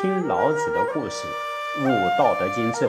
听老子的故事，悟道德经智慧。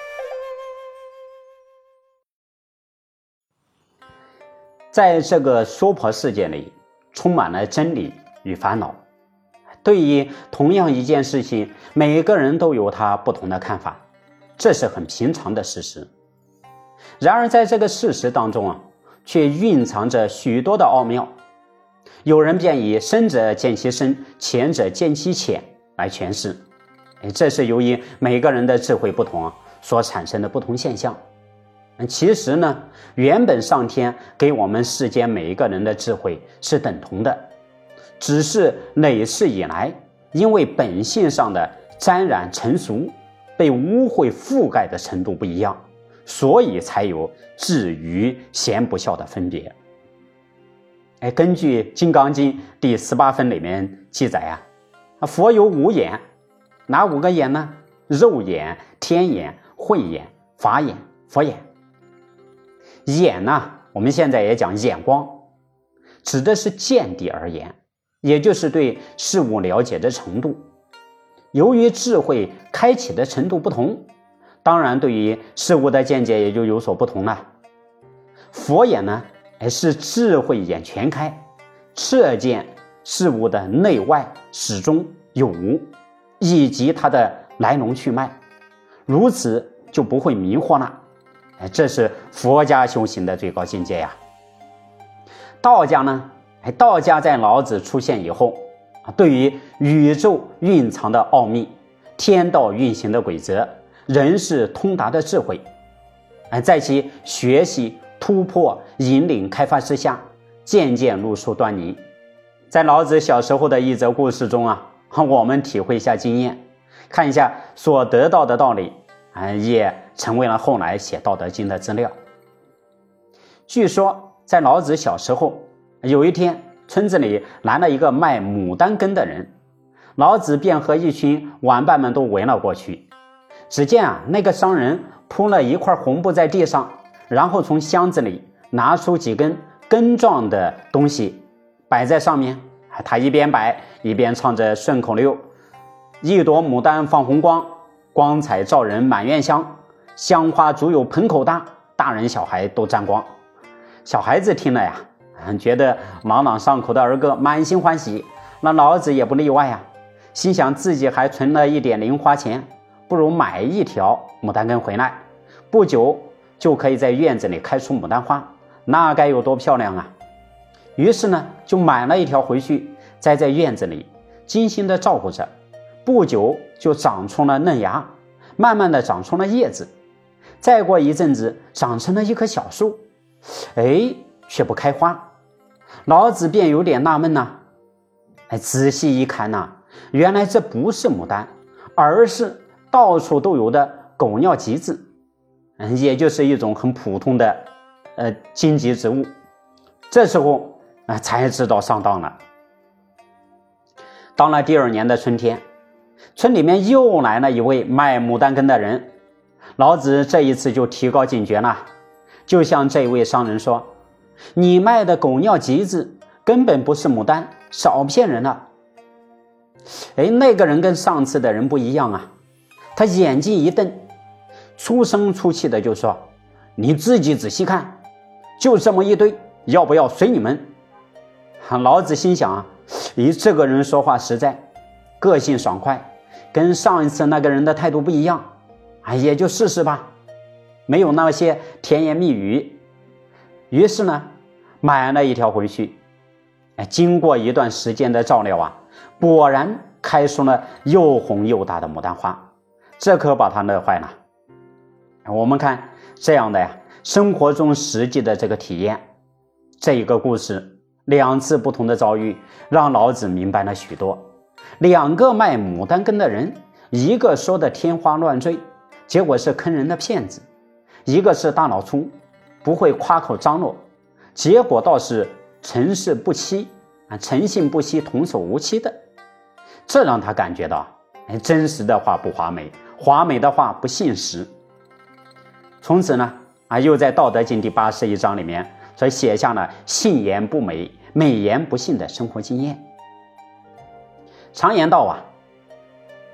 在这个娑婆世界里，充满了真理与烦恼。对于同样一件事情，每个人都有他不同的看法，这是很平常的事实。然而在这个事实当中却蕴藏着许多的奥妙。有人便以深者见其深，浅者见其浅来诠释，这是由于每个人的智慧不同所产生的不同现象。其实呢，原本上天给我们世间每一个人的智慧是等同的，只是累世以来因为本性上的沾染成熟，被污秽覆盖的程度不一样，所以才有智愚贤不肖的分别。根据《金刚经》第18分里面记载佛有5眼，哪5个眼呢？肉眼、天眼、慧眼、法眼、佛眼。眼呢，我们现在也讲眼光，指的是见地而言，也就是对事物了解的程度。由于智慧开启的程度不同，当然对于事物的见解也就有所不同了。佛眼呢，是智慧眼全开，彻见事物的内外始终有无，以及它的来龙去脉，如此就不会迷惑了。这是佛家修行的最高境界呀。道家呢，道家在老子出现以后，对于宇宙蕴藏的奥秘、天道运行的规则、人世通达的智慧，在其学习突破引领开发之下，渐渐露出端倪。在老子小时候的一则故事中我们体会一下经验，看一下所得到的道理，也成为了后来写《道德经》的资料。据说在老子小时候，有一天村子里来了一个卖牡丹根的人，老子便和一群玩伴们都围了过去。只见那个商人铺了一块红布在地上，然后从箱子里拿出几根根状的东西摆在上面，他一边摆一边唱着顺口溜：一朵牡丹放红光，光彩照人满院香，香花足有盆口大，大人小孩都沾光。小孩子听了觉得朗朗上口的儿歌满心欢喜，那老子也不例外心想自己还存了一点零花钱，不如买一条牡丹根回来，不久就可以在院子里开出牡丹花，那该有多漂亮于是呢，就买了一条回去，栽在院子里，精心的照顾着，不久就长出了嫩芽，慢慢的长出了叶子，再过一阵子长成了一棵小树，却不开花。老子便有点纳闷仔细一看原来这不是牡丹，而是到处都有的狗尿橘子，也就是一种很普通的荆棘植物。这时候才知道上当了。到了第2年的春天，村里面又来了一位卖牡丹根的人，老子这一次就提高警觉了，就向这位商人说：你卖的狗尿橘子根本不是牡丹，少骗人了。那个人跟上次的人不一样他眼睛一瞪，粗声粗气的就说：你自己仔细看，就这么一堆，要不要随你们？老子心想这个人说话实在，个性爽快，跟上一次那个人的态度不一样，也就试试吧，没有那些甜言蜜语。于是呢，买了一条回去。经过一段时间的照料果然开出了又红又大的牡丹花，这可把他乐坏了。我们看这样的生活中实际的这个体验，这一个故事2次不同的遭遇，让老子明白了许多。2个卖牡丹根的人，一个说的天花乱坠，结果是坑人的骗子；一个是大脑粗，不会夸口张罗，结果倒是诚信不欺，童叟无欺的。这让他感觉到真实的话不华美，华美的话不信实。从此呢又在《道德经》第81章里面所写下了信言不美，美言不信的生活经验。常言道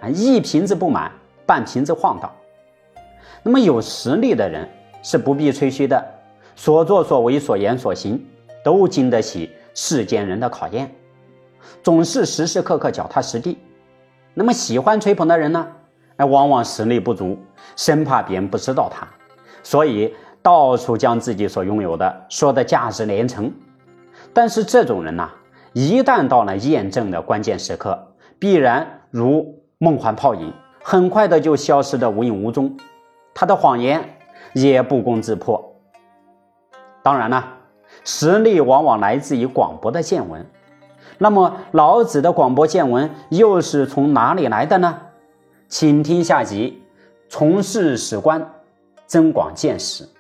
一瓶子不满，半瓶子晃荡。那么有实力的人是不必吹嘘的，所作所为所言所行都经得起世间人的考验，总是时时刻刻脚踏实地。那么喜欢吹捧的人呢，往往实力不足，生怕别人不知道他，所以到处将自己所拥有的说得价值连城。但是这种人一旦到了验证的关键时刻，必然如梦幻泡影，很快的就消失得无影无踪，他的谎言也不攻自破。当然了，实力往往来自于广博的见闻。那么老子的广博见闻又是从哪里来的呢？请听下集，从事史观，增广见识。